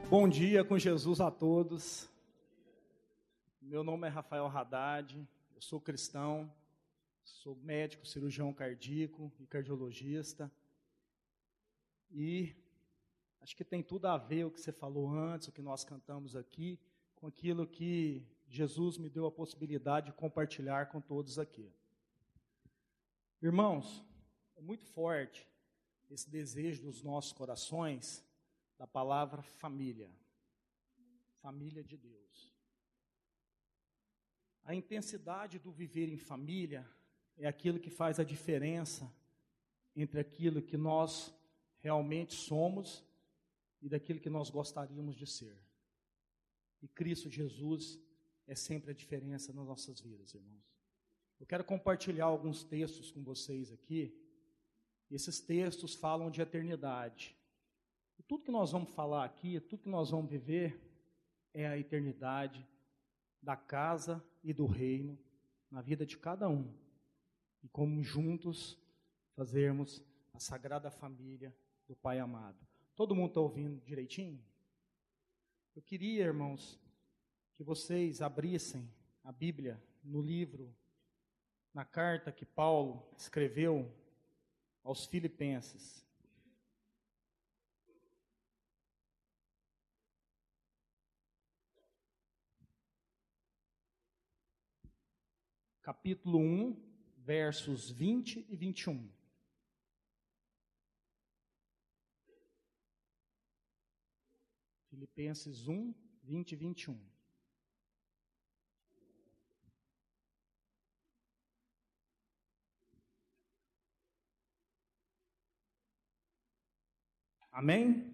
Bom dia com Jesus a todos. Meu nome é Rafael Haddad, eu sou cristão, sou médico, cirurgião cardíaco e cardiologista. E acho que tem tudo a ver o que você falou antes, o que nós cantamos aqui, com aquilo que Jesus me deu a possibilidade de compartilhar com todos aqui. Irmãos, é muito forte esse desejo dos nossos corações da palavra família, família de Deus. A intensidade do viver em família é aquilo que faz a diferença entre aquilo que nós realmente somos e daquilo que nós gostaríamos de ser. E Cristo Jesus é sempre a diferença nas nossas vidas, irmãos. Eu quero compartilhar alguns textos com vocês aqui. Esses textos falam de eternidade. E tudo que nós vamos falar aqui, tudo que nós vamos viver, é a eternidade da casa e do reino na vida de cada um. E como juntos fazermos a sagrada família do Pai amado. Todo mundo está ouvindo direitinho? Eu queria, irmãos, que vocês abrissem a Bíblia no livro, na carta que Paulo escreveu aos Filipenses. Capítulo 1, versos 20 e 21. Filipenses 1, 20 e 21. Amém?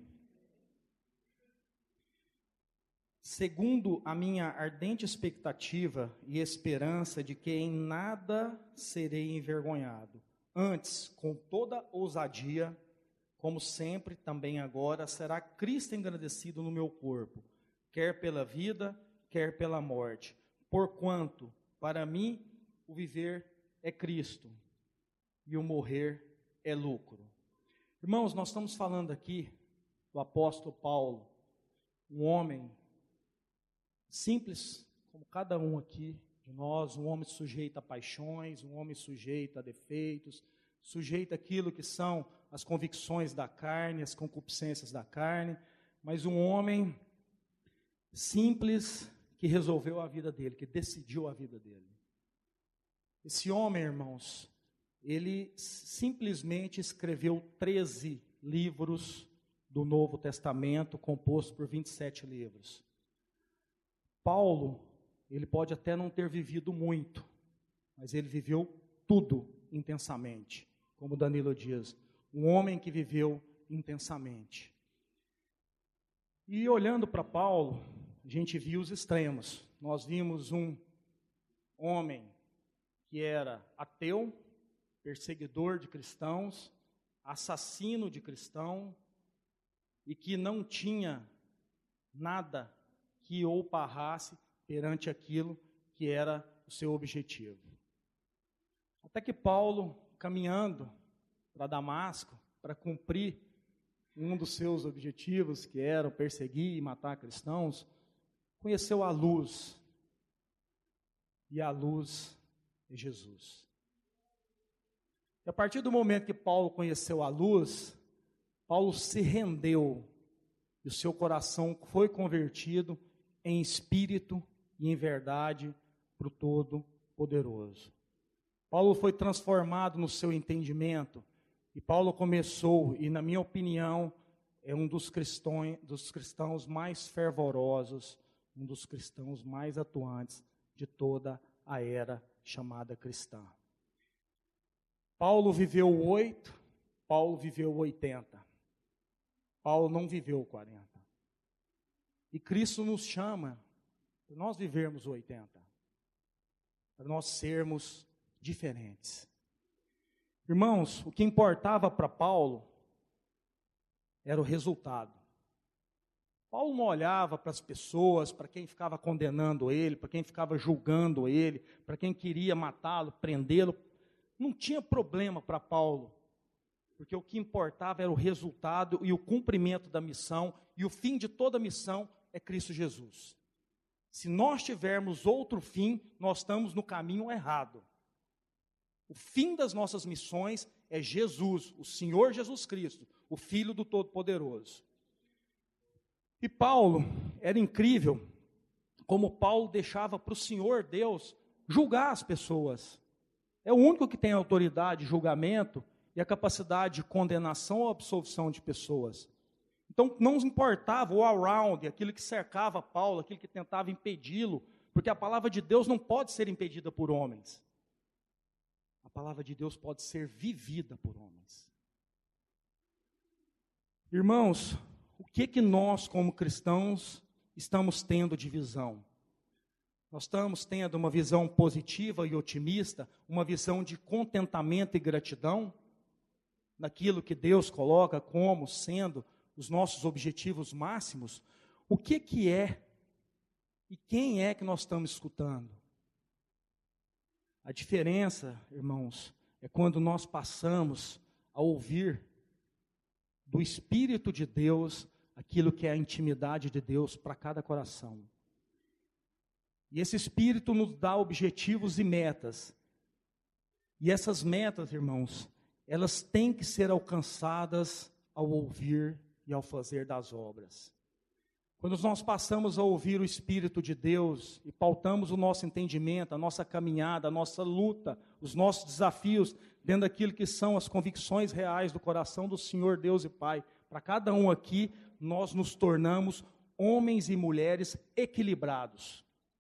Segundo a minha ardente expectativa e esperança de que em nada serei envergonhado, antes, com toda ousadia, como sempre, também agora, será Cristo engrandecido no meu corpo, quer pela vida, quer pela morte. Porquanto, para mim, o viver é Cristo e o morrer é lucro. Irmãos, nós estamos falando aqui do apóstolo Paulo, um homem simples, como cada um aqui de nós, um homem sujeito a paixões, um homem sujeito a defeitos, sujeito àquilo que são as convicções da carne, as concupiscências da carne, mas um homem simples que resolveu a vida dele, que decidiu a vida dele. Esse homem, irmãos, ele simplesmente escreveu 13 livros do Novo Testamento, composto por 27 livros. Paulo, ele pode até não ter vivido muito, mas ele viveu tudo intensamente, como Danilo diz, um homem que viveu intensamente. E olhando para Paulo, a gente viu os extremos. Nós vimos um homem que era ateu, perseguidor de cristãos, assassino de cristão, e que não tinha nada que o parrasse perante aquilo que era o seu objetivo. Até que Paulo, caminhando para Damasco, para cumprir um dos seus objetivos, que era perseguir e matar cristãos, conheceu a luz. E a luz é Jesus. E a partir do momento que Paulo conheceu a luz, Paulo se rendeu e o seu coração foi convertido em espírito e em verdade para o Todo-Poderoso. Paulo foi transformado no seu entendimento e Paulo começou, e na minha opinião, é um dos cristãos mais fervorosos, um dos cristãos mais atuantes de toda a era chamada cristã. Paulo viveu 8, Paulo viveu 80. Paulo não viveu 40. E Cristo nos chama para nós vivermos 80. Para nós sermos diferentes. Irmãos, o que importava para Paulo era o resultado. Paulo não olhava para as pessoas, para quem ficava condenando ele, para quem ficava julgando ele, para quem queria matá-lo, prendê-lo. Não tinha problema para Paulo Porque o que importava era o resultado e o cumprimento da missão, e o fim de toda missão é Cristo Jesus. Se nós tivermos outro fim, nós estamos no caminho errado. O fim das nossas missões é Jesus, o Senhor Jesus Cristo, o Filho do Todo-Poderoso. E Paulo, era incrível como Paulo deixava para o Senhor Deus julgar as pessoas. É o único que tem autoridade de julgamento e a capacidade de condenação ou absolvição de pessoas. Então, não importava o around, aquilo que cercava Paulo, aquilo que tentava impedi-lo, porque a palavra de Deus não pode ser impedida por homens. A palavra de Deus pode ser vivida por homens. Irmãos, o que nós, como cristãos, estamos tendo de visão? Nós estamos tendo uma visão positiva e otimista, uma visão de contentamento e gratidão, naquilo que Deus coloca como sendo os nossos objetivos máximos. O que é e quem é que nós estamos escutando? A diferença, irmãos, é quando nós passamos a ouvir do Espírito de Deus aquilo que é a intimidade de Deus para cada coração. E esse Espírito nos dá objetivos e metas. E essas metas, irmãos, elas têm que ser alcançadas ao ouvir e ao fazer das obras. Quando nós passamos a ouvir o Espírito de Deus e pautamos o nosso entendimento, a nossa caminhada, a nossa luta, os nossos desafios, dentro daquilo que são as convicções reais do coração do Senhor Deus e Pai, para cada um aqui, nós nos tornamos homens e mulheres equilibrados.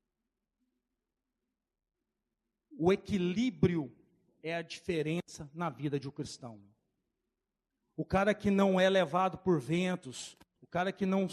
O equilíbrio é a diferença na vida de um cristão. O cara que não é levado por ventos, o cara que não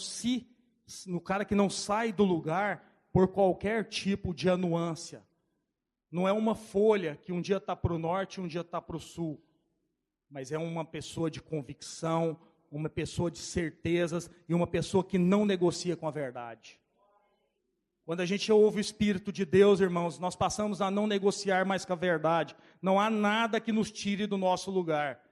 sai do lugar por qualquer tipo de anuância. Não é uma folha que um dia está para o norte e um dia está para o sul, mas é uma pessoa de convicção, uma pessoa de certezas e uma pessoa que não negocia com a verdade. Quando a gente ouve o Espírito de Deus, irmãos, nós passamos a não negociar mais com a verdade. Não há nada que nos tire do nosso lugar.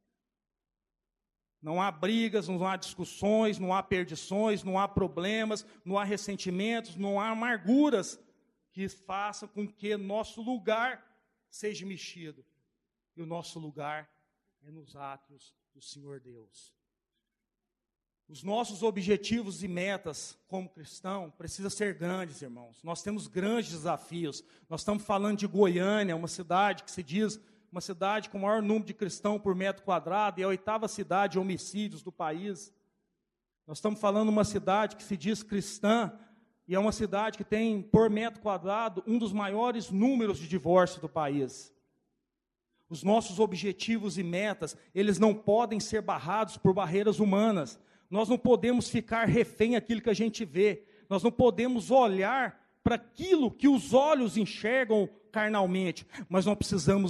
Não há brigas, não há discussões, não há perdições, não há problemas, não há ressentimentos, não há amarguras que façam com que nosso lugar seja mexido. E o nosso lugar é nos átrios do Senhor Deus. Os nossos objetivos e metas como cristão precisam ser grandes, irmãos. Nós temos grandes desafios. Nós estamos falando de Goiânia, uma cidade que se diz uma cidade com o maior número de cristãos por metro quadrado, e a 8ª cidade de homicídios do país. Nós estamos falando de uma cidade que se diz cristã, e é uma cidade que tem, por metro quadrado, um dos maiores números de divórcio do país. Os nossos objetivos e metas, eles não podem ser barrados por barreiras humanas. Nós não podemos ficar refém daquilo que a gente vê. Nós não podemos olhar para aquilo que os olhos enxergam carnalmente, mas nós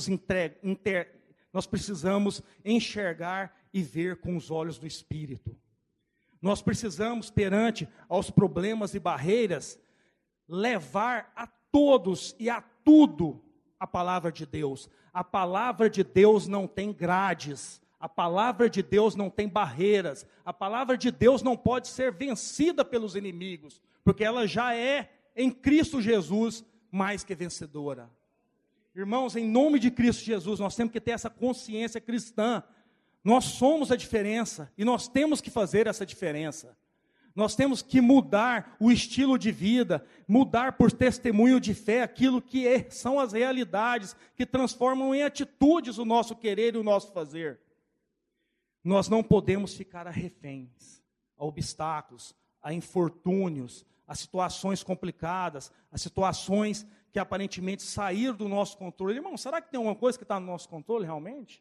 precisamos enxergar e ver com os olhos do Espírito. Nós precisamos, perante aos problemas e barreiras, levar a todos e a tudo a palavra de Deus. A palavra de Deus não tem grades, a palavra de Deus não tem barreiras, a palavra de Deus não pode ser vencida pelos inimigos, porque ela já é, em Cristo Jesus, mais que vencedora. Irmãos, em nome de Cristo Jesus, nós temos que ter essa consciência cristã. Nós somos a diferença e nós temos que fazer essa diferença. Nós temos que mudar o estilo de vida, mudar por testemunho de fé aquilo que são as realidades que transformam em atitudes o nosso querer e o nosso fazer. Nós não podemos ficar a reféns, a obstáculos, a infortúnios, a situações complicadas, a situações que aparentemente saíram do nosso controle. Irmão, será que tem alguma coisa que está no nosso controle realmente?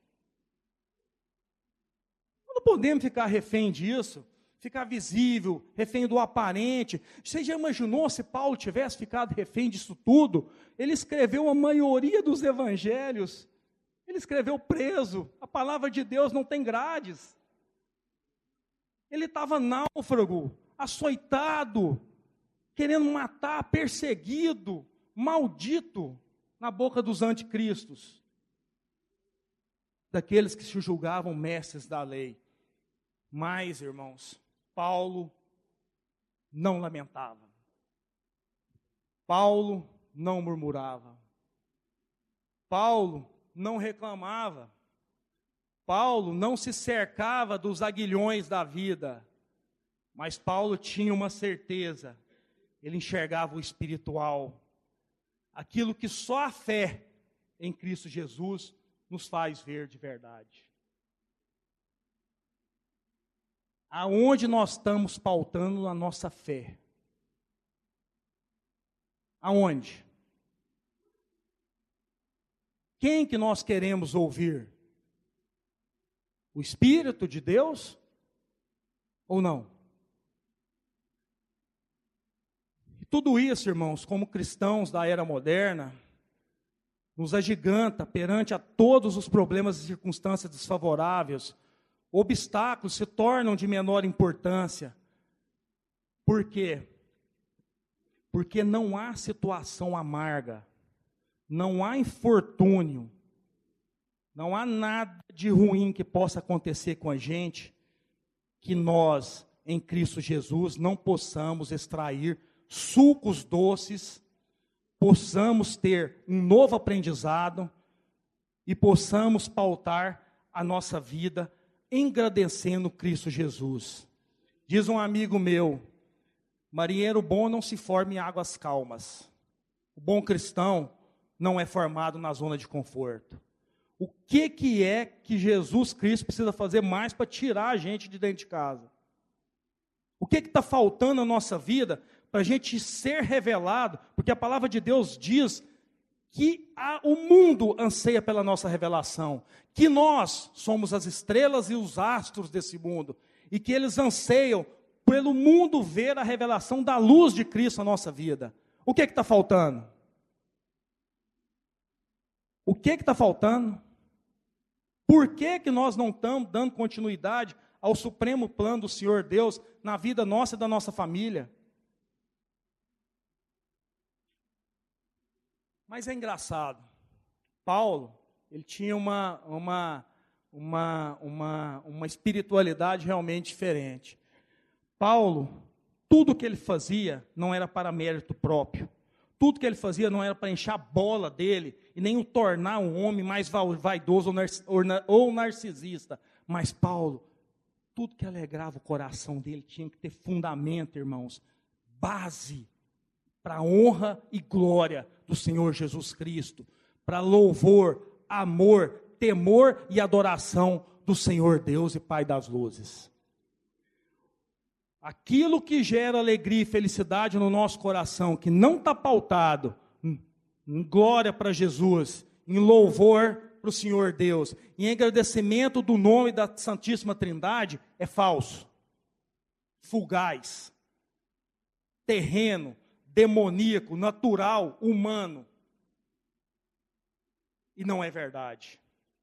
Não podemos ficar refém disso, ficar visível, refém do aparente. Você já imaginou se Paulo tivesse ficado refém disso tudo? Ele escreveu a maioria dos evangelhos, ele escreveu preso, a palavra de Deus não tem grades. Ele estava náufrago, açoitado, querendo matar, perseguido, maldito, na boca dos anticristos. daqueles que se julgavam mestres da lei. Mas, irmãos, Paulo não lamentava. Paulo não murmurava. Paulo não reclamava. Paulo não se cercava dos aguilhões da vida. Mas Paulo tinha uma certeza. Ele enxergava o espiritual. Aquilo que só a fé em Cristo Jesus nos faz ver de verdade. Aonde nós estamos pautando a nossa fé? Aonde? Quem que nós queremos ouvir? O Espírito de Deus? Ou não? E tudo isso, irmãos, como cristãos da era moderna, nos agiganta perante a todos os problemas e circunstâncias desfavoráveis. Obstáculos se tornam de menor importância. Por quê? Porque não há situação amarga, não há infortúnio, não há nada de ruim que possa acontecer com a gente, que nós, em Cristo Jesus, não possamos extrair sucos doces, possamos ter um novo aprendizado e possamos pautar a nossa vida engrandecendo Cristo Jesus. Diz um amigo meu, marinheiro bom não se forma em águas calmas. O bom cristão não é formado na zona de conforto. O que é que Jesus Cristo precisa fazer mais para tirar a gente de dentro de casa? O que está faltando na nossa vida para a gente ser revelado? Porque a palavra de Deus diz que o mundo anseia pela nossa revelação, que nós somos as estrelas e os astros desse mundo, e que eles anseiam pelo mundo ver a revelação da luz de Cristo na nossa vida. O que está faltando? O que está faltando? Por que nós não estamos dando continuidade ao supremo plano do Senhor Deus na vida nossa e da nossa família? Mas é engraçado, Paulo, ele tinha uma espiritualidade realmente diferente. Paulo, tudo que ele fazia não era para mérito próprio. Tudo que ele fazia não era para encher a bola dele e nem o tornar um homem mais vaidoso ou narcisista. Mas Paulo, tudo que alegrava o coração dele tinha que ter fundamento, irmãos, base para a honra e glória do Senhor Jesus Cristo, para louvor, amor, temor e adoração do Senhor Deus e Pai das luzes. Aquilo que gera alegria e felicidade no nosso coração, que não está pautado em glória para Jesus, em louvor para o Senhor Deus, em agradecimento do nome da Santíssima Trindade, é falso, fugaz, terreno, demoníaco, natural, humano. E não é verdade.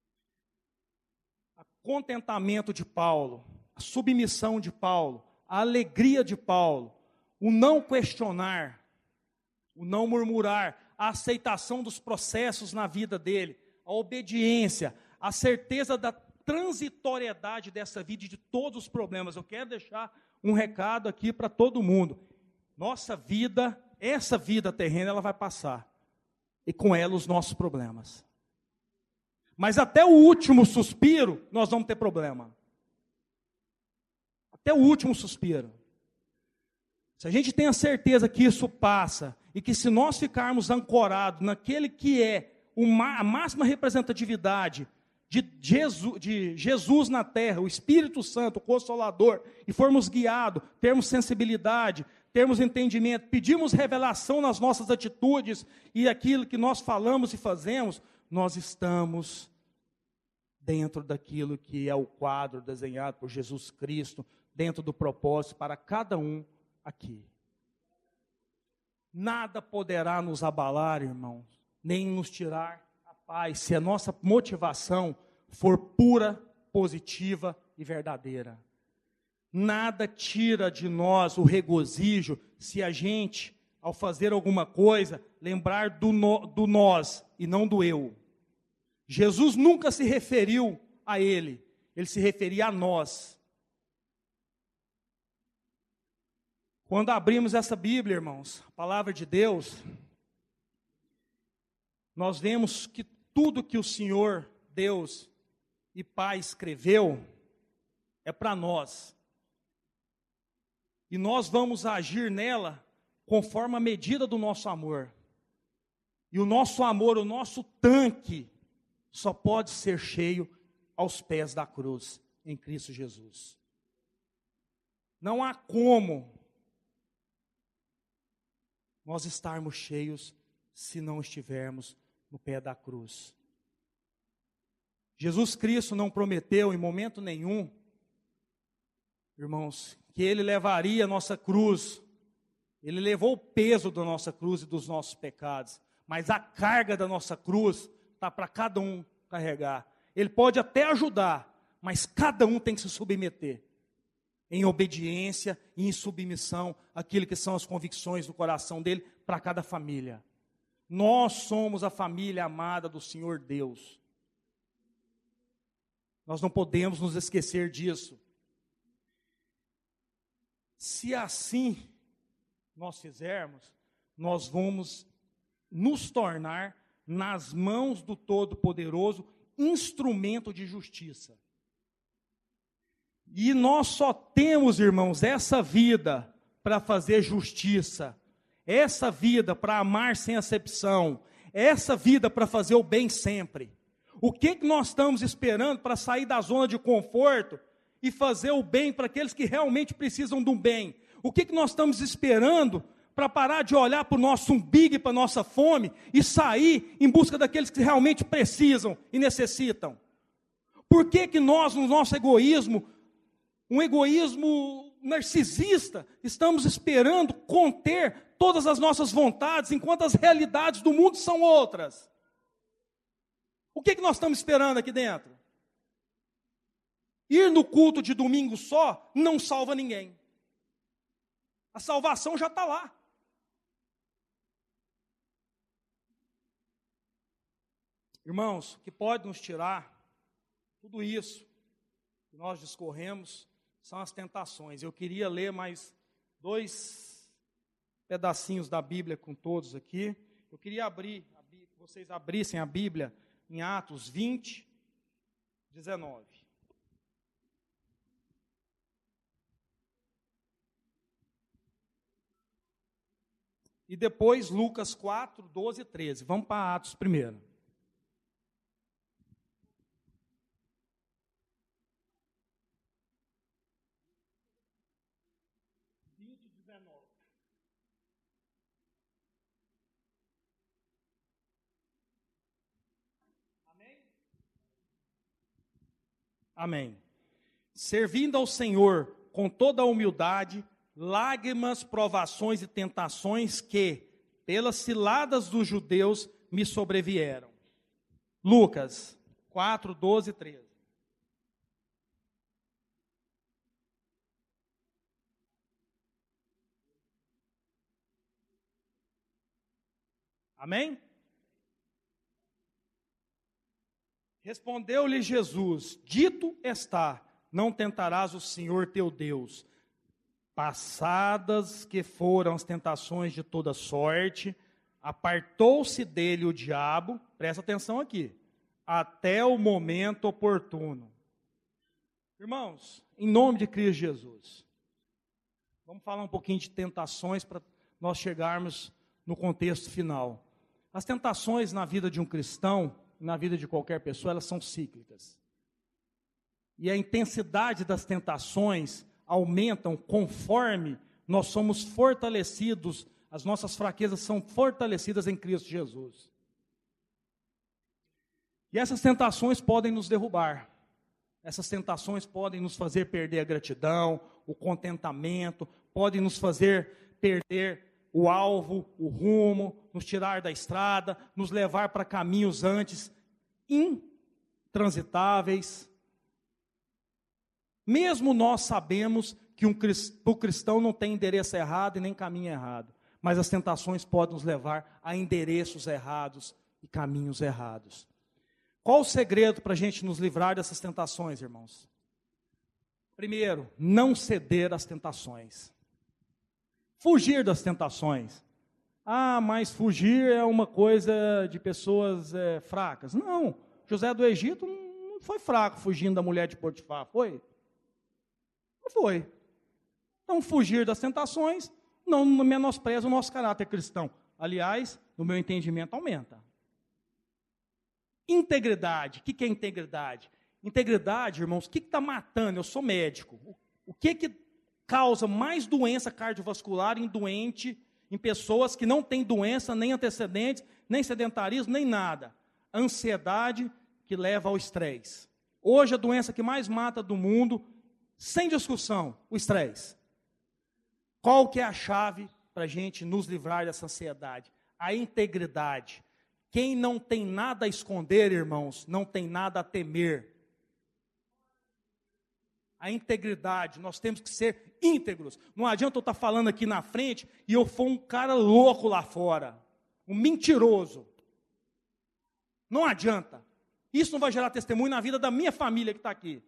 O contentamento de Paulo, a submissão de Paulo, a alegria de Paulo, o não questionar, o não murmurar, a aceitação dos processos na vida dele, a obediência, a certeza da transitoriedade dessa vida e de todos os problemas. Eu quero deixar um recado aqui para todo mundo. Nossa vida, essa vida terrena, ela vai passar. E com ela os nossos problemas. Mas até o último suspiro, nós vamos ter problema. Até o último suspiro. Se a gente tem a certeza que isso passa, e que se nós ficarmos ancorados naquele que é a máxima representatividade de Jesus na terra, o Espírito Santo, o Consolador, e formos guiados, termos sensibilidade, termos entendimento, pedimos revelação nas nossas atitudes, e aquilo que nós falamos e fazemos, nós estamos dentro daquilo que é o quadro desenhado por Jesus Cristo, dentro do propósito para cada um aqui. Nada poderá nos abalar, irmãos, nem nos tirar a paz, se a nossa motivação for pura, positiva e verdadeira. Nada tira de nós o regozijo, se a gente, ao fazer alguma coisa, lembrar do nós e não do eu. Jesus nunca se referiu a ele, ele se referia a nós. Quando abrimos essa Bíblia, irmãos, a palavra de Deus, nós vemos que tudo que o Senhor, Deus e Pai escreveu é para nós. E nós vamos agir nela conforme a medida do nosso amor. E o nosso amor, o nosso tanque, só pode ser cheio aos pés da cruz, em Cristo Jesus. Não há como nós estarmos cheios se não estivermos no pé da cruz. Jesus Cristo não prometeu em momento nenhum, irmãos, que Ele levaria a nossa cruz. Ele levou o peso da nossa cruz e dos nossos pecados, mas a carga da nossa cruz está para cada um carregar. Ele pode até ajudar, mas cada um tem que se submeter em obediência e em submissão àquilo que são as convicções do coração dele para cada família. Nós somos a família amada do Senhor Deus. Nós não podemos nos esquecer disso. Se assim nós fizermos, nós vamos nos tornar, nas mãos do Todo-Poderoso, instrumento de justiça. E nós só temos, irmãos, essa vida para fazer justiça, essa vida para amar sem acepção, essa vida para fazer o bem sempre. O que nós estamos esperando para sair da zona de conforto e fazer o bem para aqueles que realmente precisam do bem? O que nós estamos esperando para parar de olhar para o nosso umbigo e para a nossa fome e sair em busca daqueles que realmente precisam e necessitam? Por que nós, no nosso egoísmo, um egoísmo narcisista, estamos esperando conter todas as nossas vontades, enquanto as realidades do mundo são outras? O que nós estamos esperando aqui dentro? Ir no culto de domingo só não salva ninguém. A salvação já está lá. Irmãos, o que pode nos tirar tudo isso que nós discorremos são as tentações. Eu queria ler mais 2 pedacinhos da Bíblia com todos aqui. Eu queria que vocês abrissem a Bíblia em Atos 20, 19. E depois Lucas 4, 12 e 13. Vamos para Atos primeiro. Amém. Servindo ao Senhor com toda a humildade, lágrimas, provações e tentações que, pelas ciladas dos judeus, me sobrevieram. Lucas 4, 12 e 13. Amém? Respondeu-lhe Jesus: dito está, não tentarás o Senhor teu Deus. Passadas que foram as tentações de toda sorte, apartou-se dele o diabo, presta atenção aqui, até o momento oportuno. Irmãos, em nome de Cristo Jesus, vamos falar um pouquinho de tentações para nós chegarmos no contexto final. As tentações na vida de um cristão, na vida de qualquer pessoa, elas são cíclicas. E a intensidade das tentações aumentam conforme nós somos fortalecidos, as nossas fraquezas são fortalecidas em Cristo Jesus. E essas tentações podem nos derrubar. Essas tentações podem nos fazer perder a gratidão, o contentamento, podem nos fazer perder o alvo, o rumo, nos tirar da estrada, nos levar para caminhos antes intransitáveis. Mesmo nós sabemos que o cristão não tem endereço errado e nem caminho errado, mas as tentações podem nos levar a endereços errados e caminhos errados. Qual o segredo para a gente nos livrar dessas tentações, irmãos? Primeiro, não ceder às tentações. Fugir das tentações. Ah, mas fugir é uma coisa de pessoas fracas. Não, José do Egito não foi fraco fugindo da mulher de Potifar, foi? Não foi. Então, fugir das tentações não menospreza o nosso caráter cristão. Aliás, no meu entendimento, aumenta. Integridade. O que é integridade? Integridade, irmãos, o que está matando? Eu sou médico. O que causa mais doença cardiovascular em pessoas que não têm doença, nem antecedentes, nem sedentarismo, nem nada? Ansiedade que leva ao estresse. Hoje a doença que mais mata do mundo, sem discussão, o estresse. Qual que é a chave para a gente nos livrar dessa ansiedade? A integridade. Quem não tem nada a esconder, irmãos, não tem nada a temer. A integridade, nós temos que ser íntegros. Não adianta eu estar falando aqui na frente e eu for um cara louco lá fora, um mentiroso. Não adianta. Isso não vai gerar testemunho na vida da minha família que está aqui.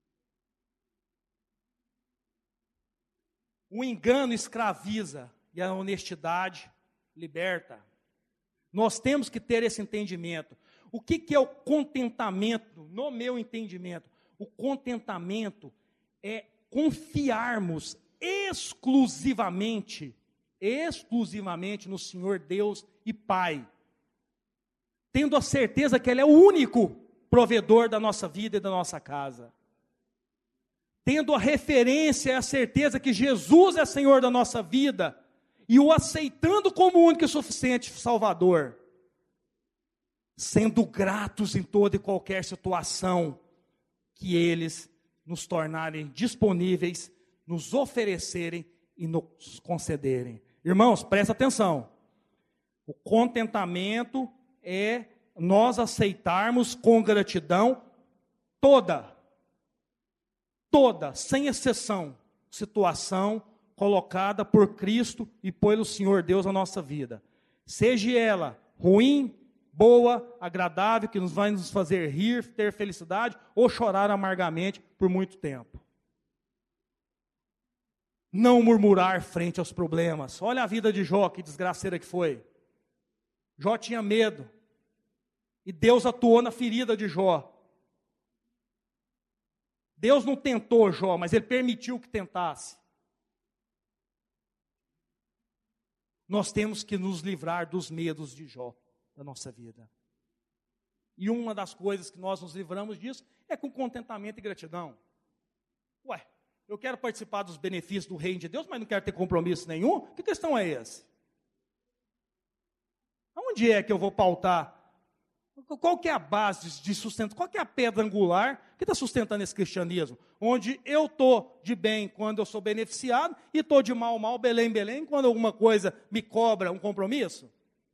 O engano escraviza e a honestidade liberta. Nós temos que ter esse entendimento. O que é o contentamento, no meu entendimento? O contentamento é confiarmos exclusivamente no Senhor Deus e Pai. Tendo a certeza que Ele é o único provedor da nossa vida e da nossa casa. Tendo a referência e a certeza que Jesus é Senhor da nossa vida, e o aceitando como único e suficiente Salvador, sendo gratos em toda e qualquer situação, que eles nos tornarem disponíveis, nos oferecerem e nos concederem. Irmãos, presta atenção, o contentamento é nós aceitarmos com gratidão toda, sem exceção, situação colocada por Cristo e pelo Senhor Deus na nossa vida. Seja ela ruim, boa, agradável, que vai nos fazer rir, ter felicidade, ou chorar amargamente por muito tempo. Não murmurar frente aos problemas. Olha a vida de Jó, que desgraceira que foi. Jó tinha medo. E Deus atuou na ferida de Jó. Deus não tentou Jó, mas Ele permitiu que tentasse. Nós temos que nos livrar dos medos de Jó da nossa vida. E uma das coisas que nós nos livramos disso é com contentamento e gratidão. Ué, eu quero participar dos benefícios do reino de Deus, mas não quero ter compromisso nenhum? Que questão é essa? Aonde é que eu vou pautar? Qual que é a base de sustento? Qual que é a pedra angular que está sustentando esse cristianismo? Onde eu estou de bem quando eu sou beneficiado e estou de mal, belém, quando alguma coisa me cobra um compromisso?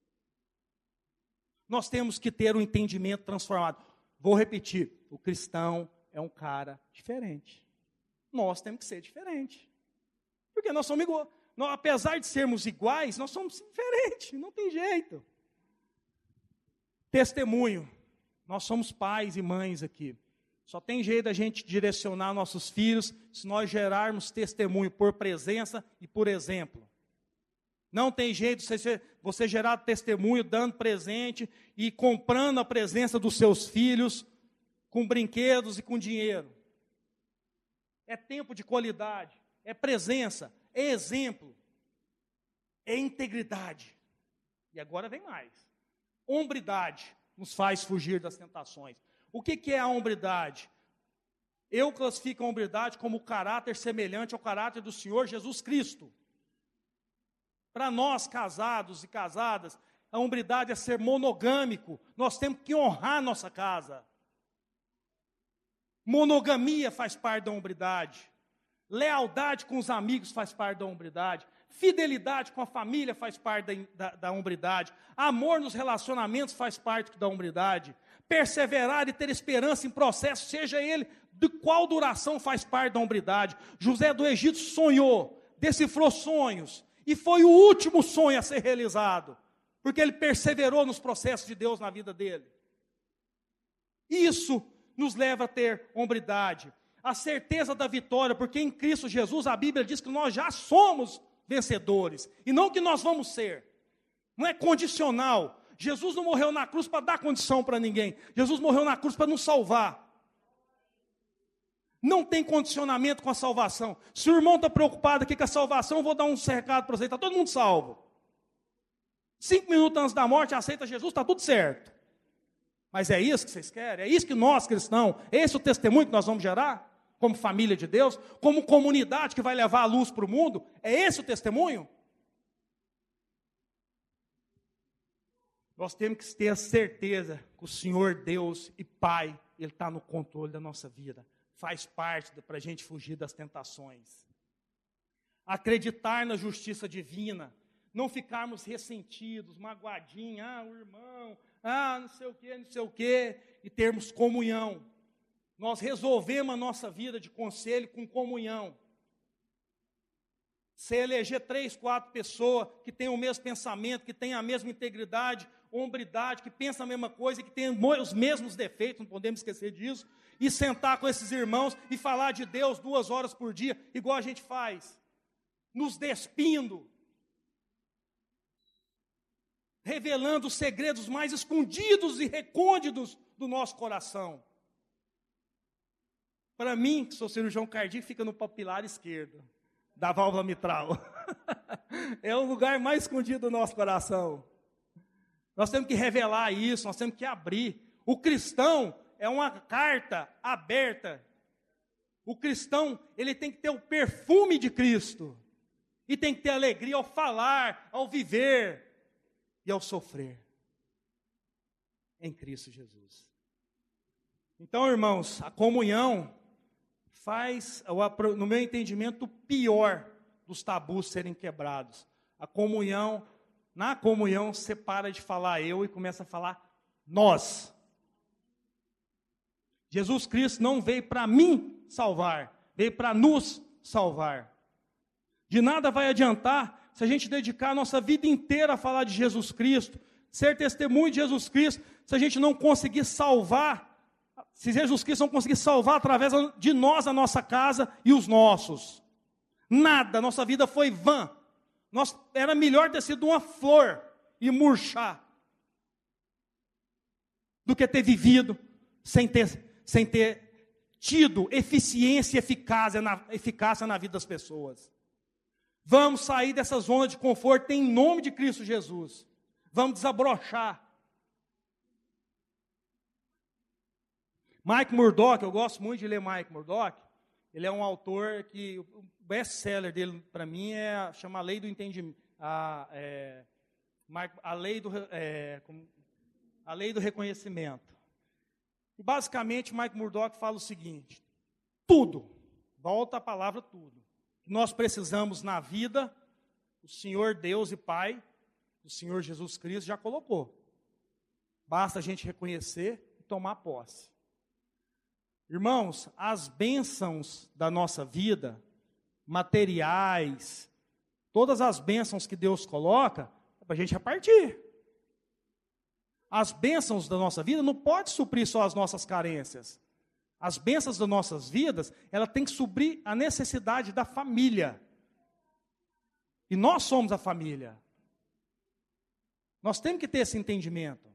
Nós temos que ter um entendimento transformado. Vou repetir, o cristão é um cara diferente. Nós temos que ser diferentes. Porque nós somos iguais. Apesar de sermos iguais, nós somos diferentes, não tem jeito. Testemunho. Nós somos pais e mães aqui. Só tem jeito da gente direcionar nossos filhos se nós gerarmos testemunho por presença e por exemplo. Não tem jeito você gerar testemunho dando presente e comprando a presença dos seus filhos com brinquedos e com dinheiro. É tempo de qualidade, é presença, é exemplo, é integridade. E agora vem mais. Hombridade nos faz fugir das tentações. O que é a hombridade? Eu classifico a hombridade como o caráter semelhante ao caráter do Senhor Jesus Cristo. Para nós, casados e casadas, a hombridade é ser monogâmico. Nós temos que honrar nossa casa. Monogamia faz parte da hombridade. Lealdade com os amigos faz parte da hombridade. Fidelidade com a família faz parte da hombridade. Amor nos relacionamentos faz parte da hombridade. Perseverar e ter esperança em processo, seja ele de qual duração, faz parte da hombridade. José do Egito sonhou, decifrou sonhos, e foi o último sonho a ser realizado, porque ele perseverou nos processos de Deus na vida dele. Isso nos leva a ter hombridade. A certeza da vitória, porque em Cristo Jesus a Bíblia diz que nós já somos vencedores, e não que nós vamos ser. Não é condicional. Jesus não morreu na cruz para dar condição para ninguém. Jesus morreu na cruz para nos salvar. Não tem condicionamento com a salvação. Se o irmão está preocupado aqui com a salvação, eu vou dar um recado para você, está todo mundo salvo. 5 minutos antes da morte, aceita Jesus, está tudo certo. Mas é isso que vocês querem? É isso que nós, cristãos, esse é o testemunho que nós vamos gerar? Como família de Deus? Como comunidade que vai levar a luz para o mundo? É esse o testemunho? Nós temos que ter a certeza que o Senhor Deus e Pai, Ele está no controle da nossa vida. Faz parte para a gente fugir das tentações. Acreditar na justiça divina. Não ficarmos ressentidos, magoadinhos. O irmão, não sei o quê. E termos comunhão. Nós resolvemos a nossa vida de conselho com comunhão. Se eleger 3, 4 pessoas que têm o mesmo pensamento, que têm a mesma integridade, hombridade, que pensam a mesma coisa, que têm os mesmos defeitos, não podemos esquecer disso, e sentar com esses irmãos e falar de Deus 2 horas por dia, igual a gente faz, nos despindo, revelando os segredos mais escondidos e recônditos do nosso coração. Para mim, que sou cirurgião cardíaco, fica no papilar esquerdo da válvula mitral. É o lugar mais escondido do nosso coração. Nós temos que revelar isso, nós temos que abrir. O cristão é uma carta aberta. O cristão, ele tem que ter o perfume de Cristo. E tem que ter alegria ao falar, ao viver e ao sofrer. Em Cristo Jesus. Então, irmãos, a comunhão faz, no meu entendimento, o pior dos tabus serem quebrados. Na comunhão, você para de falar eu e começa a falar nós. Jesus Cristo não veio para mim salvar, veio para nos salvar. De nada vai adiantar se a gente dedicar a nossa vida inteira a falar de Jesus Cristo, ser testemunho de Jesus Cristo, se a gente não conseguir salvar, se Jesus Cristo não conseguir salvar através de nós, a nossa casa e os nossos. Nada, nossa vida foi vã. Era melhor ter sido uma flor e murchar, do que ter vivido sem ter tido eficiência e eficácia na vida das pessoas. Vamos sair dessa zona de conforto em nome de Cristo Jesus. Vamos desabrochar. Mike Murdock, eu gosto muito de ler Mike Murdock. Ele é um autor que o best-seller dele, para mim, chama A Lei do Entendimento, a lei do Reconhecimento. E basicamente, Mike Murdock fala o seguinte: tudo, volta a palavra tudo, que nós precisamos na vida, o Senhor Deus e Pai, o Senhor Jesus Cristo já colocou. Basta a gente reconhecer e tomar posse. Irmãos, as bênçãos da nossa vida, materiais, todas as bênçãos que Deus coloca, é para a gente repartir. As bênçãos da nossa vida não podem suprir só as nossas carências. As bênçãos das nossas vidas, ela tem que suprir a necessidade da família. E nós somos a família. Nós temos que ter esse entendimento.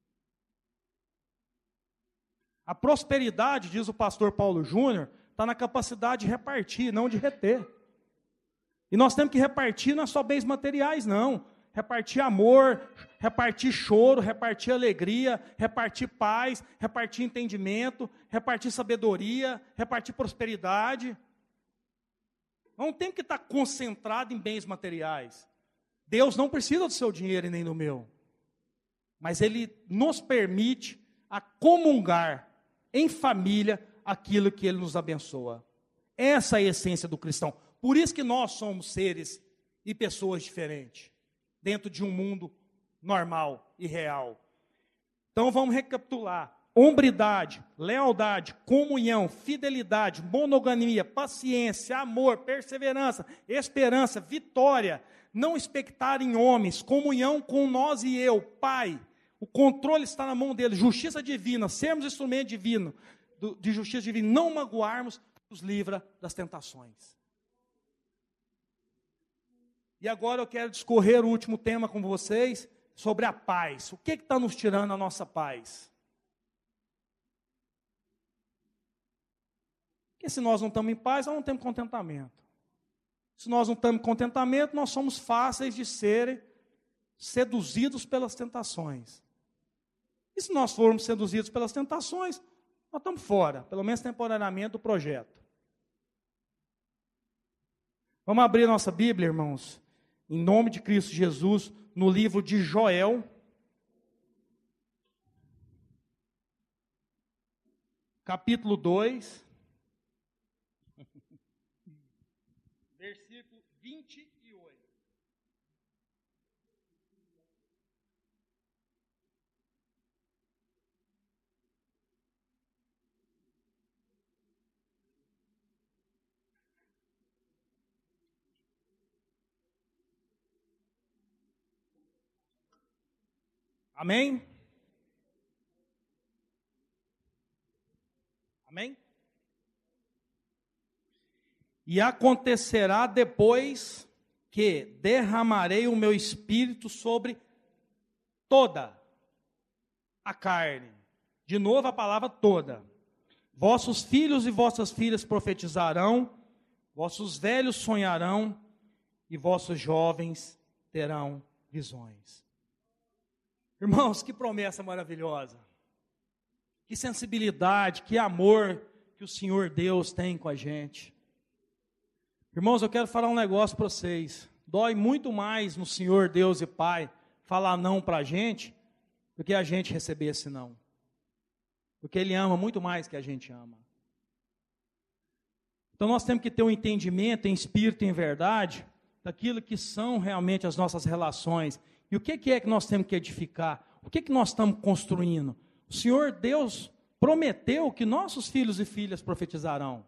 A prosperidade, diz o pastor Paulo Júnior, está na capacidade de repartir, não de reter. E nós temos que repartir não é só bens materiais, não. Repartir amor, repartir choro, repartir alegria, repartir paz, repartir entendimento, repartir sabedoria, repartir prosperidade. Não tem que estar concentrado em bens materiais. Deus não precisa do seu dinheiro e nem do meu. Mas Ele nos permite a comungar em família aquilo que Ele nos abençoa. Essa é a essência do cristão. Por isso que nós somos seres e pessoas diferentes, dentro de um mundo normal e real. Então vamos recapitular: hombridade, lealdade, comunhão, fidelidade, monogamia, paciência, amor, perseverança, esperança, vitória, não expectar em homens, comunhão com nós e eu, Pai, O controle está na mão dele. Justiça divina, sermos instrumento divino, de justiça divina, não magoarmos, nos livra das tentações. E agora eu quero discorrer o último tema com vocês, sobre a paz. O que está nos tirando a nossa paz? Porque se nós não estamos em paz, nós não temos contentamento. Se nós não estamos em contentamento, nós somos fáceis de serem seduzidos pelas tentações. E se nós formos seduzidos pelas tentações, nós estamos fora, pelo menos temporariamente, do projeto. Vamos abrir nossa Bíblia, irmãos, em nome de Cristo Jesus, no livro de Joel, capítulo 2, versículo 28. Amém? Amém? E acontecerá depois que derramarei o meu espírito sobre toda a carne. De novo a palavra toda. Vossos filhos e vossas filhas profetizarão, vossos velhos sonharão e vossos jovens terão visões. Irmãos, que promessa maravilhosa. Que sensibilidade, que amor que o Senhor Deus tem com a gente. Irmãos, eu quero falar um negócio para vocês. Dói muito mais no Senhor Deus e Pai falar não para a gente, do que a gente receber esse não. Porque Ele ama muito mais que a gente ama. Então nós temos que ter um entendimento em espírito e em verdade, daquilo que são realmente as nossas relações. E o que é que nós temos que edificar? O que nós estamos construindo? O Senhor Deus prometeu que nossos filhos e filhas profetizarão.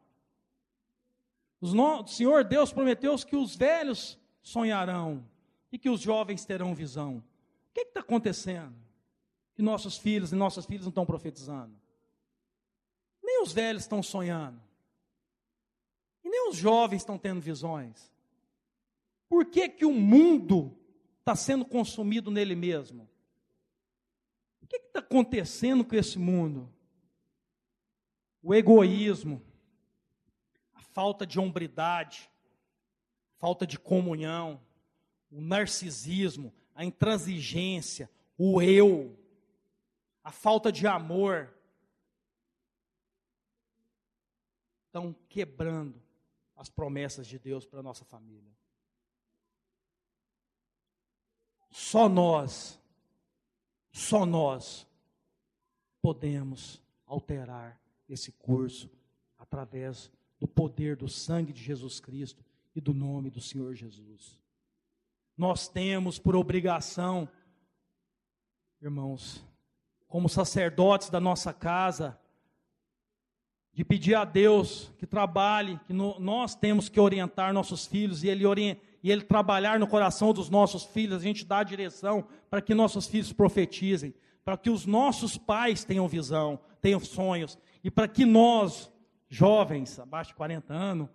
O Senhor Deus prometeu que os velhos sonharão e que os jovens terão visão. O que está acontecendo? Que nossos filhos e nossas filhas não estão profetizando. Nem os velhos estão sonhando. E nem os jovens estão tendo visões. Por que o mundo está sendo consumido nele mesmo? O que está acontecendo com esse mundo? O egoísmo, a falta de hombridade, falta de comunhão, o narcisismo, a intransigência, o eu, a falta de amor, estão quebrando as promessas de Deus para a nossa família. Só nós podemos alterar esse curso através do poder do sangue de Jesus Cristo e do nome do Senhor Jesus. Nós temos por obrigação, irmãos, como sacerdotes da nossa casa, de pedir a Deus que trabalhe, que nós temos que orientar nossos filhos e Ele trabalhar no coração dos nossos filhos, a gente dá a direção para que nossos filhos profetizem, para que os nossos pais tenham visão, tenham sonhos, e para que nós, jovens, abaixo de 40 anos,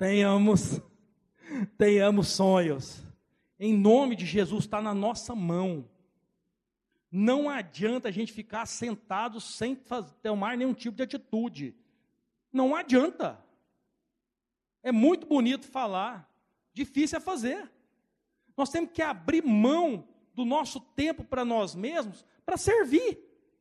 tenhamos sonhos. Em nome de Jesus, está na nossa mão. Não adianta a gente ficar sentado sem tomar nenhum tipo de atitude. Não adianta. É muito bonito falar, difícil é fazer. Nós temos que abrir mão do nosso tempo para nós mesmos, para servir.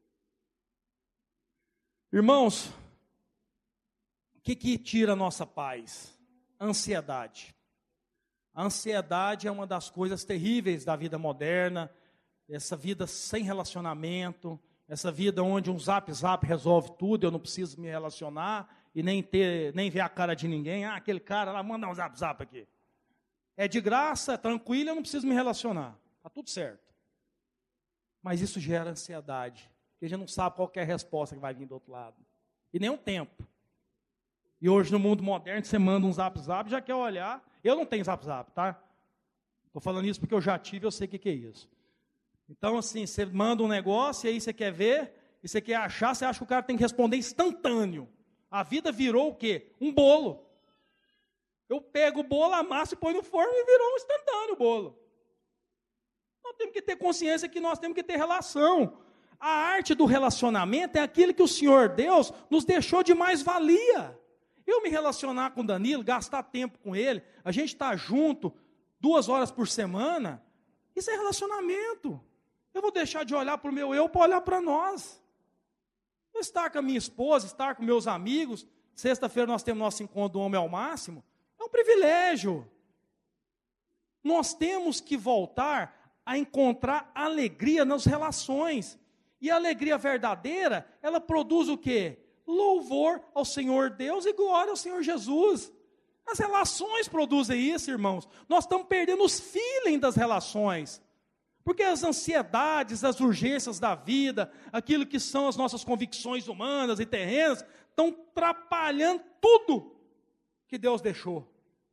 Irmãos, o que tira a nossa paz? A ansiedade. A ansiedade é uma das coisas terríveis da vida moderna, essa vida sem relacionamento, essa vida onde um zap resolve tudo, eu não preciso me relacionar e nem ver a cara de ninguém. Ah, aquele cara lá, manda um zap aqui. É de graça, é tranquilo, eu não preciso me relacionar. Está tudo certo. Mas isso gera ansiedade, porque a gente não sabe qual que é a resposta que vai vir do outro lado. E nem o tempo. E hoje no mundo moderno, você manda um zap, já quer olhar. Eu não tenho zap, tá? Estou falando isso porque eu já tive, eu sei o que é isso. Então, assim, você manda um negócio e aí você quer ver, e você quer achar, você acha que o cara tem que responder instantâneo. A vida virou o quê? Um bolo. Eu pego o bolo, amasso e põe no forno e virou um instantâneo o bolo. Nós temos que ter consciência que nós temos que ter relação. A arte do relacionamento é aquilo que o Senhor Deus nos deixou de mais valia. Eu me relacionar com o Danilo, gastar tempo com ele, a gente estar junto 2 horas por semana, isso é relacionamento. Eu vou deixar de olhar para o meu eu para olhar para nós. Eu estar com a minha esposa, estar com meus amigos, sexta-feira nós temos nosso encontro do Homem ao Máximo, é um privilégio. Nós temos que voltar a encontrar alegria nas relações. E a alegria verdadeira, ela produz o quê? Louvor ao Senhor Deus e glória ao Senhor Jesus. As relações produzem isso, irmãos. Nós estamos perdendo os feeling das relações. Porque as ansiedades, as urgências da vida, aquilo que são as nossas convicções humanas e terrenas, estão atrapalhando tudo que Deus deixou.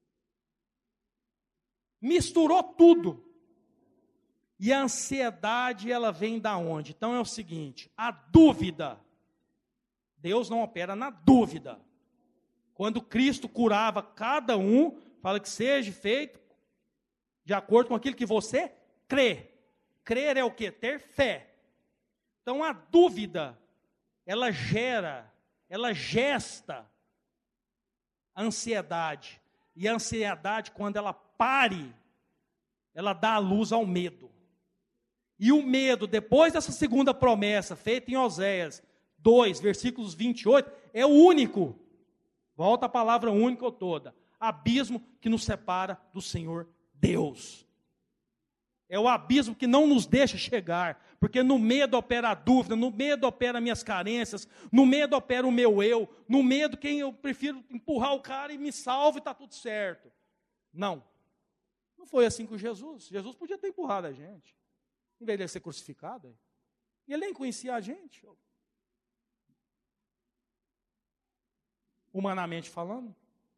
Misturou tudo. E a ansiedade, ela vem da onde? Então é o seguinte, a dúvida. Deus não opera na dúvida. Quando Cristo curava cada um, fala que seja feito de acordo com aquilo que você crê. Crer é o quê? Ter fé. Então a dúvida, ela gesta a ansiedade. E a ansiedade, quando ela pare, ela dá a luz ao medo. E o medo, depois dessa segunda promessa, feita em Oséias 2, versículos 28, é o único. Volta a palavra única toda. Abismo que nos separa do Senhor Deus. É o abismo que não nos deixa chegar. Porque no medo opera a dúvida, no medo opera minhas carências, no medo opera o meu eu, no medo quem eu prefiro empurrar o cara e me salvo e está tudo certo. Não. Não foi assim com Jesus. Jesus podia ter empurrado a gente. Em vez de ele ser crucificado. E ele nem conhecia a gente. Humanamente falando.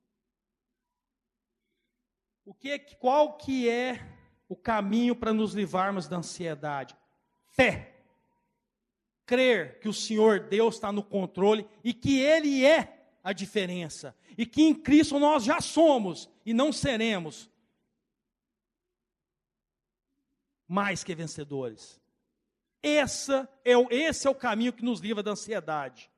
Qual que é o caminho para nos livrarmos da ansiedade? Fé. Crer que o Senhor Deus está no controle e que Ele é a diferença. E que em Cristo nós já somos e não seremos mais que vencedores. Esse é o caminho que nos livra da ansiedade.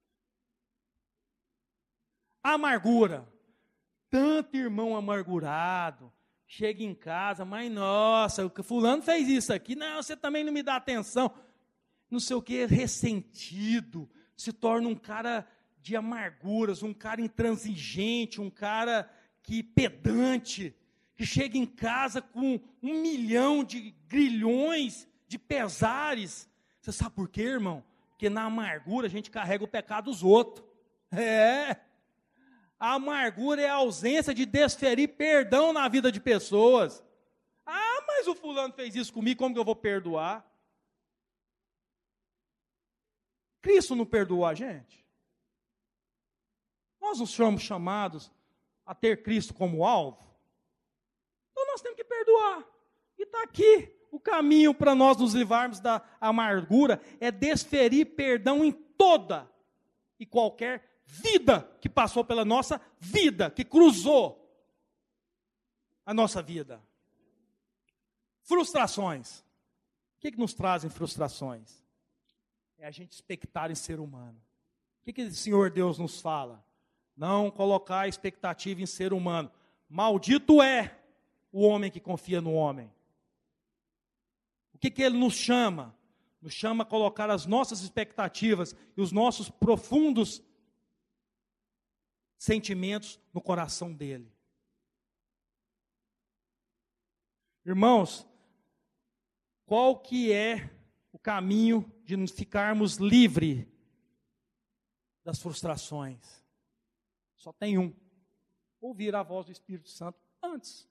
A amargura. Tanto irmão amargurado, chega em casa, mas nossa, o fulano fez isso aqui, não, você também não me dá atenção. Não sei o que, ressentido, se torna um cara de amarguras, um cara intransigente, um cara pedante, que chega em casa com 1 milhão de grilhões de pesares. Você sabe por quê, irmão? Porque na amargura a gente carrega o pecado dos outros. A amargura é a ausência de desferir perdão na vida de pessoas. Ah, mas o fulano fez isso comigo, como que eu vou perdoar? Cristo não perdoou a gente? Nós não somos chamados a ter Cristo como alvo? Então nós temos que perdoar. E está aqui o caminho para nós nos livrarmos da amargura, é desferir perdão em toda e qualquer vida que passou pela nossa vida, que cruzou a nossa vida. Frustrações. O que nos trazem frustrações? É a gente expectar em ser humano. O que o Senhor Deus nos fala? Não colocar expectativa em ser humano. Maldito é o homem que confia no homem. O que Ele nos chama? Nos chama a colocar as nossas expectativas e os nossos profundos sentimentos no coração dele. Irmãos, qual que é o caminho de nos ficarmos livres das frustrações? Só tem um. Ouvir a voz do Espírito Santo antes.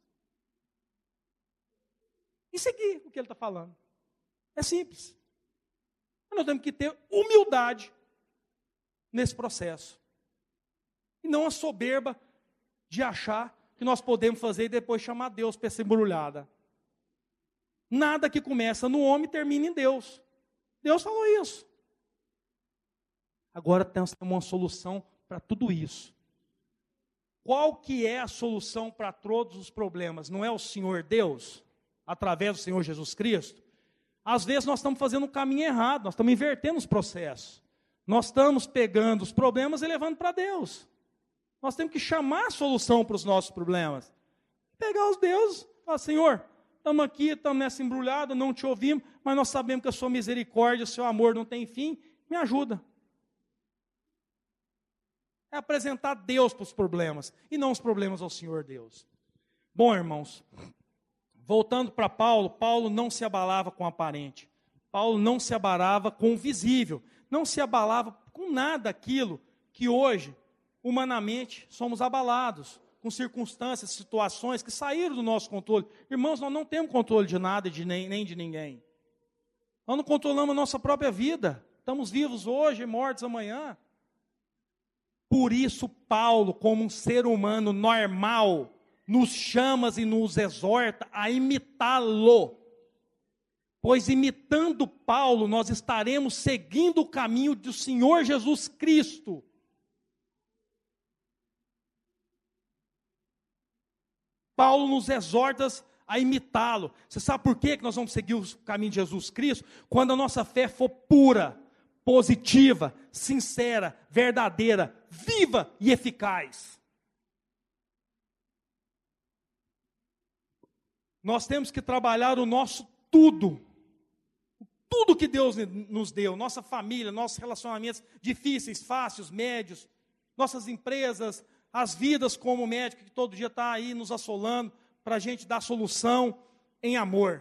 E seguir o que ele está falando. É simples. Nós temos que ter humildade nesse processo. E não a soberba de achar que nós podemos fazer e depois chamar Deus para essa embrulhada. Nada que começa no homem termina em Deus. Deus falou isso. Agora temos uma solução para tudo isso. Qual que é a solução para todos os problemas? Não é o Senhor Deus, através do Senhor Jesus Cristo? Às vezes nós estamos fazendo o caminho errado, nós estamos invertendo os processos. Nós estamos pegando os problemas e levando para Deus. Nós temos que chamar a solução para os nossos problemas. Pegar os deuses, falar, Senhor, estamos aqui, estamos nessa embrulhada, não te ouvimos, mas nós sabemos que a sua misericórdia, o seu amor não tem fim, me ajuda. É apresentar Deus para os problemas, e não os problemas ao Senhor Deus. Bom, irmãos, voltando para Paulo, Paulo não se abalava com o aparente. Paulo não se abalava com o visível. Não se abalava com nada aquilo que hoje, humanamente, somos abalados. Com circunstâncias, situações que saíram do nosso controle. Irmãos, nós não temos controle de nada nem de ninguém. Nós não controlamos a nossa própria vida. Estamos vivos hoje e mortos amanhã. Por isso, Paulo, como um ser humano normal, nos chama e nos exorta a imitá-lo. Pois imitando Paulo, nós estaremos seguindo o caminho do Senhor Jesus Cristo. Paulo nos exorta a imitá-lo. Você sabe por que nós vamos seguir o caminho de Jesus Cristo? Quando a nossa fé for pura, positiva, sincera, verdadeira, viva e eficaz. Nós temos que trabalhar o nosso tudo que Deus nos deu, nossa família, nossos relacionamentos difíceis, fáceis, médios, nossas empresas, as vidas como médico que todo dia está aí nos assolando, para a gente dar solução em amor,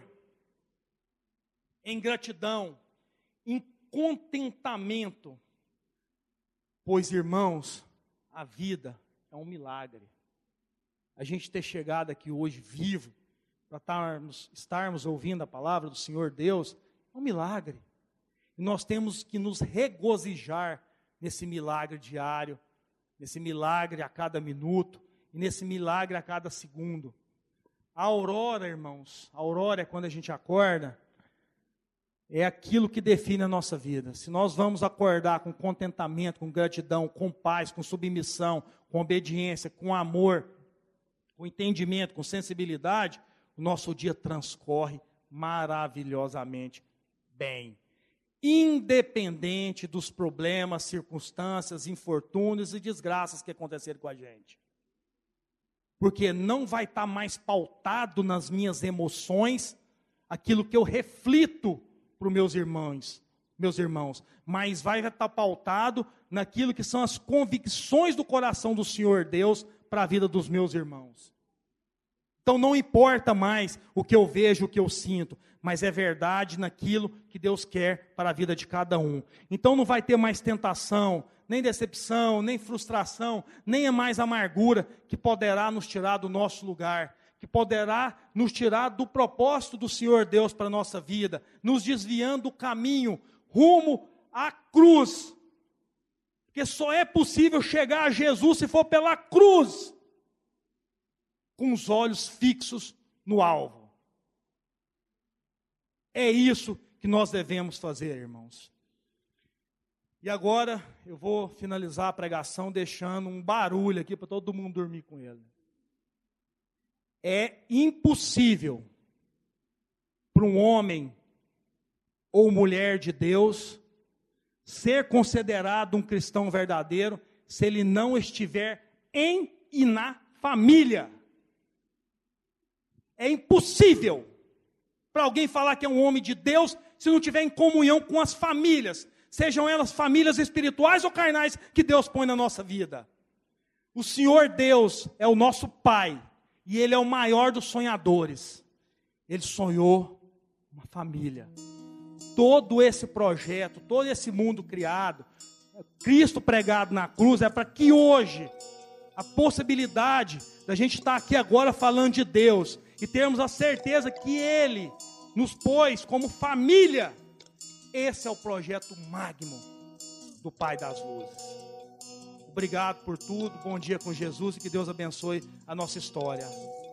em gratidão, em contentamento. Pois, irmãos, a vida é um milagre. A gente ter chegado aqui hoje vivo, para estarmos ouvindo a palavra do Senhor Deus, é um milagre. E nós temos que nos regozijar nesse milagre diário, nesse milagre a cada minuto, e nesse milagre a cada segundo. A aurora, irmãos, a aurora é quando a gente acorda, é aquilo que define a nossa vida. Se nós vamos acordar com contentamento, com gratidão, com paz, com submissão, com obediência, com amor, com entendimento, com sensibilidade, o nosso dia transcorre maravilhosamente bem. Independente dos problemas, circunstâncias, infortúnios e desgraças que acontecerem com a gente. Porque não vai estar mais pautado nas minhas emoções, aquilo que eu reflito para os meus irmãos, mas vai estar pautado naquilo que são as convicções do coração do Senhor Deus para a vida dos meus irmãos. Então não importa mais o que eu vejo, o que eu sinto, mas é verdade naquilo que Deus quer para a vida de cada um. Então não vai ter mais tentação, nem decepção, nem frustração, nem mais amargura que poderá nos tirar do nosso lugar, que poderá nos tirar do propósito do Senhor Deus para a nossa vida, nos desviando do caminho rumo à cruz. Porque só é possível chegar a Jesus se for pela cruz, com os olhos fixos no alvo. É isso que nós devemos fazer, irmãos. E agora eu vou finalizar a pregação deixando um barulho aqui para todo mundo dormir com ele. É impossível para um homem ou mulher de Deus ser considerado um cristão verdadeiro se ele não estiver em e na família. É impossível para alguém falar que é um homem de Deus se não estiver em comunhão com as famílias, sejam elas famílias espirituais ou carnais que Deus põe na nossa vida. O Senhor Deus é o nosso Pai e Ele é o maior dos sonhadores. Ele sonhou uma família. Todo esse projeto, todo esse mundo criado, Cristo pregado na cruz, é para que hoje a possibilidade da gente estar aqui agora falando de Deus e termos a certeza que Ele nos pôs como família. Esse é o projeto magno do Pai das Luzes. Obrigado por tudo, bom dia com Jesus e que Deus abençoe a nossa história.